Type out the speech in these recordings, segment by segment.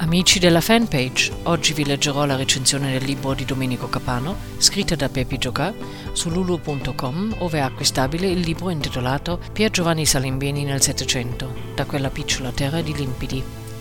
Amici della fanpage, oggi vi leggerò la recensione del libro di Domenico Capano, scritta da Pepi Giocà, su lulu.com, ove è acquistabile il libro intitolato Pier Giovanni Salimbeni nel Settecento, da quella picciola terra di limpidi.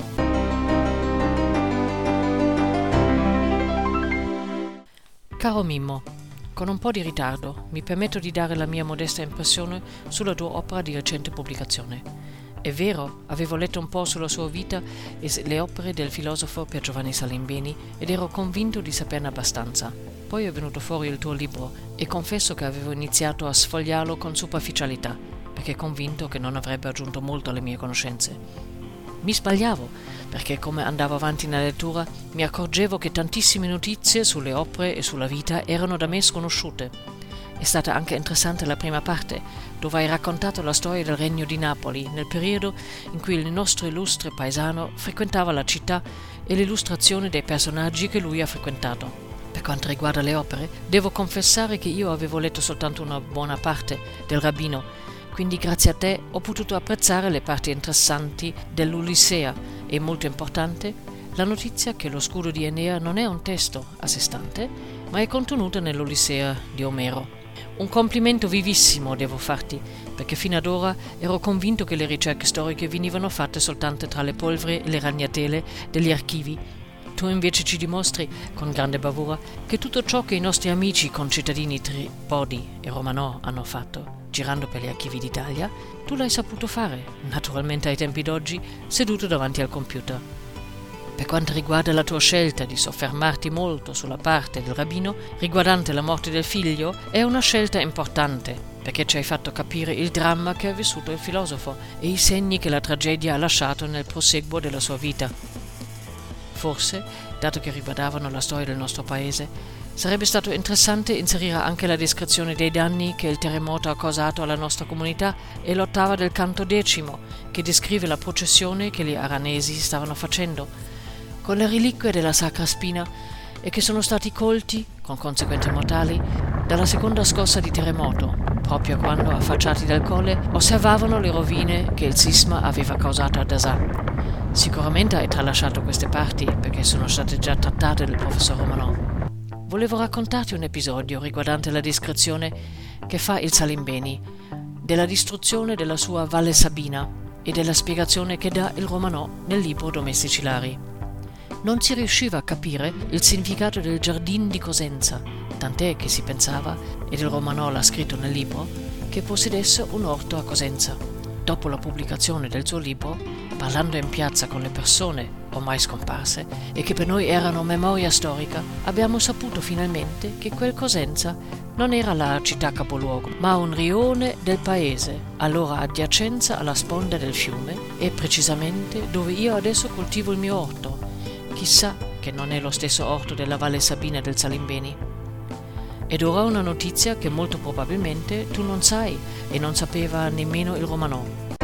Caro Mimmo, con un po' di ritardo mi permetto di dare la mia modesta impressione sulla tua opera di recente pubblicazione. È vero, avevo letto un po' sulla sua vita e le opere del filosofo Pier Giovanni Salimbeni ed ero convinto di saperne abbastanza. Poi è venuto fuori il tuo libro e confesso che avevo iniziato a sfogliarlo con superficialità, perché convinto che non avrebbe aggiunto molto alle mie conoscenze. Mi sbagliavo, perché come andavo avanti nella lettura mi accorgevo che tantissime notizie sulle opere e sulla vita erano da me sconosciute. È stata anche interessante la prima parte, dove hai raccontato la storia del Regno di Napoli, nel periodo in cui il nostro illustre paesano frequentava la città e l'illustrazione dei personaggi che lui ha frequentato. Per quanto riguarda le opere, devo confessare che io avevo letto soltanto una buona parte del Rabbino, quindi grazie a te ho potuto apprezzare le parti interessanti dell'Odissea e, molto importante, la notizia che lo scudo di Enea non è un testo a sé stante, ma è contenuta nell'Odissea di Omero. Un complimento vivissimo devo farti, perché fino ad ora ero convinto che le ricerche storiche venivano fatte soltanto tra le polveri e le ragnatele degli archivi. Tu invece ci dimostri, con grande bravura, che tutto ciò che i nostri amici concittadini Tripodi e Romanò hanno fatto, girando per gli archivi d'Italia, tu l'hai saputo fare, naturalmente ai tempi d'oggi, seduto davanti al computer. Per quanto riguarda la tua scelta di soffermarti molto sulla parte del rabbino riguardante la morte del figlio, è una scelta importante, perché ci hai fatto capire il dramma che ha vissuto il filosofo e i segni che la tragedia ha lasciato nel proseguo della sua vita. Forse, dato che riguardavano la storia del nostro paese, sarebbe stato interessante inserire anche la descrizione dei danni che il terremoto ha causato alla nostra comunità e l'ottava del canto decimo, che descrive la processione che gli aranesi stavano facendo con le reliquie della Sacra Spina e che sono stati colti, con conseguenze mortali, dalla seconda scossa di terremoto, proprio quando, affacciati dal colle, osservavano le rovine che il sisma aveva causato a Dasà. Sicuramente hai tralasciato queste parti perché sono state già trattate dal professor Romanò. Volevo raccontarti un episodio riguardante la descrizione che fa il Salimbeni della distruzione della sua Valle Sabina e della spiegazione che dà il Romanò nel libro Domestici Lari. Non si riusciva a capire il significato del Giardin di Cosenza, tant'è che si pensava, ed il Romanò l'ha scritto nel libro, che possedesse un orto a Cosenza. Dopo la pubblicazione del suo libro, parlando in piazza con le persone ormai scomparse e che per noi erano memoria storica, abbiamo saputo finalmente che quel Cosenza non era la città capoluogo, ma un rione del paese, allora adiacenza alla sponda del fiume e precisamente dove io adesso coltivo il mio orto. Chissà che non è lo stesso orto della Valle Sabina del Salimbeni. Ed ora una notizia che molto probabilmente tu non sai e non sapeva nemmeno il Romanò.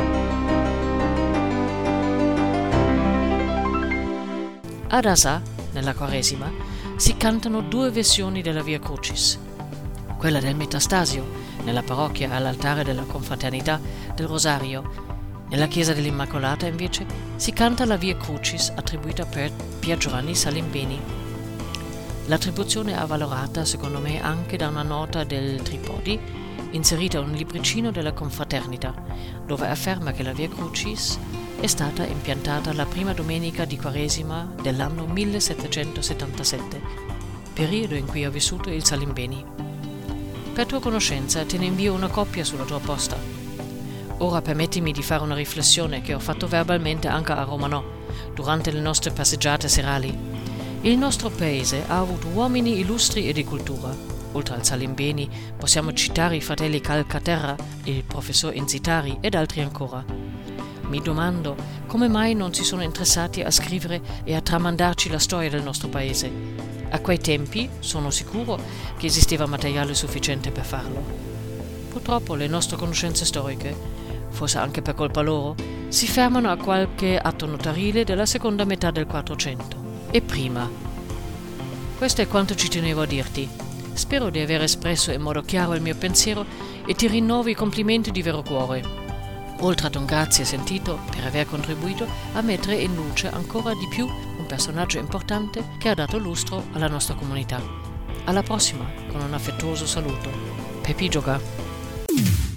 Ad Asà, nella Quaresima, si cantano due versioni della Via Crucis. Quella del Metastasio, nella parrocchia all'altare della Confraternità del Rosario. Nella chiesa dell'Immacolata, invece, si canta la Via Crucis attribuita per Pier Giovanni Salimbeni. L'attribuzione è avvalorata, secondo me, anche da una nota del Tripodi, inserita in un libricino della Confraternita, dove afferma che la Via Crucis è stata impiantata la prima domenica di Quaresima dell'anno 1777, periodo in cui ha vissuto il Salimbeni. Per tua conoscenza te ne invio una copia sulla tua posta. Ora permettimi di fare una riflessione che ho fatto verbalmente anche a Romanò, durante le nostre passeggiate serali. Il nostro paese ha avuto uomini illustri e di cultura. Oltre al Salimbeni possiamo citare i fratelli Calcaterra, il professor Enzitari ed altri ancora. Mi domando come mai non si sono interessati a scrivere e a tramandarci la storia del nostro paese. A quei tempi sono sicuro che esisteva materiale sufficiente per farlo. Purtroppo le nostre conoscenze storiche, forse anche per colpa loro, si fermano a qualche atto notarile della seconda metà del Quattrocento e prima. Questo è quanto ci tenevo a dirti. Spero di aver espresso in modo chiaro il mio pensiero e ti rinnovo i complimenti di vero cuore. oltre ad un grazie sentito per aver contribuito a mettere in luce ancora di più un personaggio importante che ha dato lustro alla nostra comunità. Alla prossima, con un affettuoso saluto. Pepi Gioga.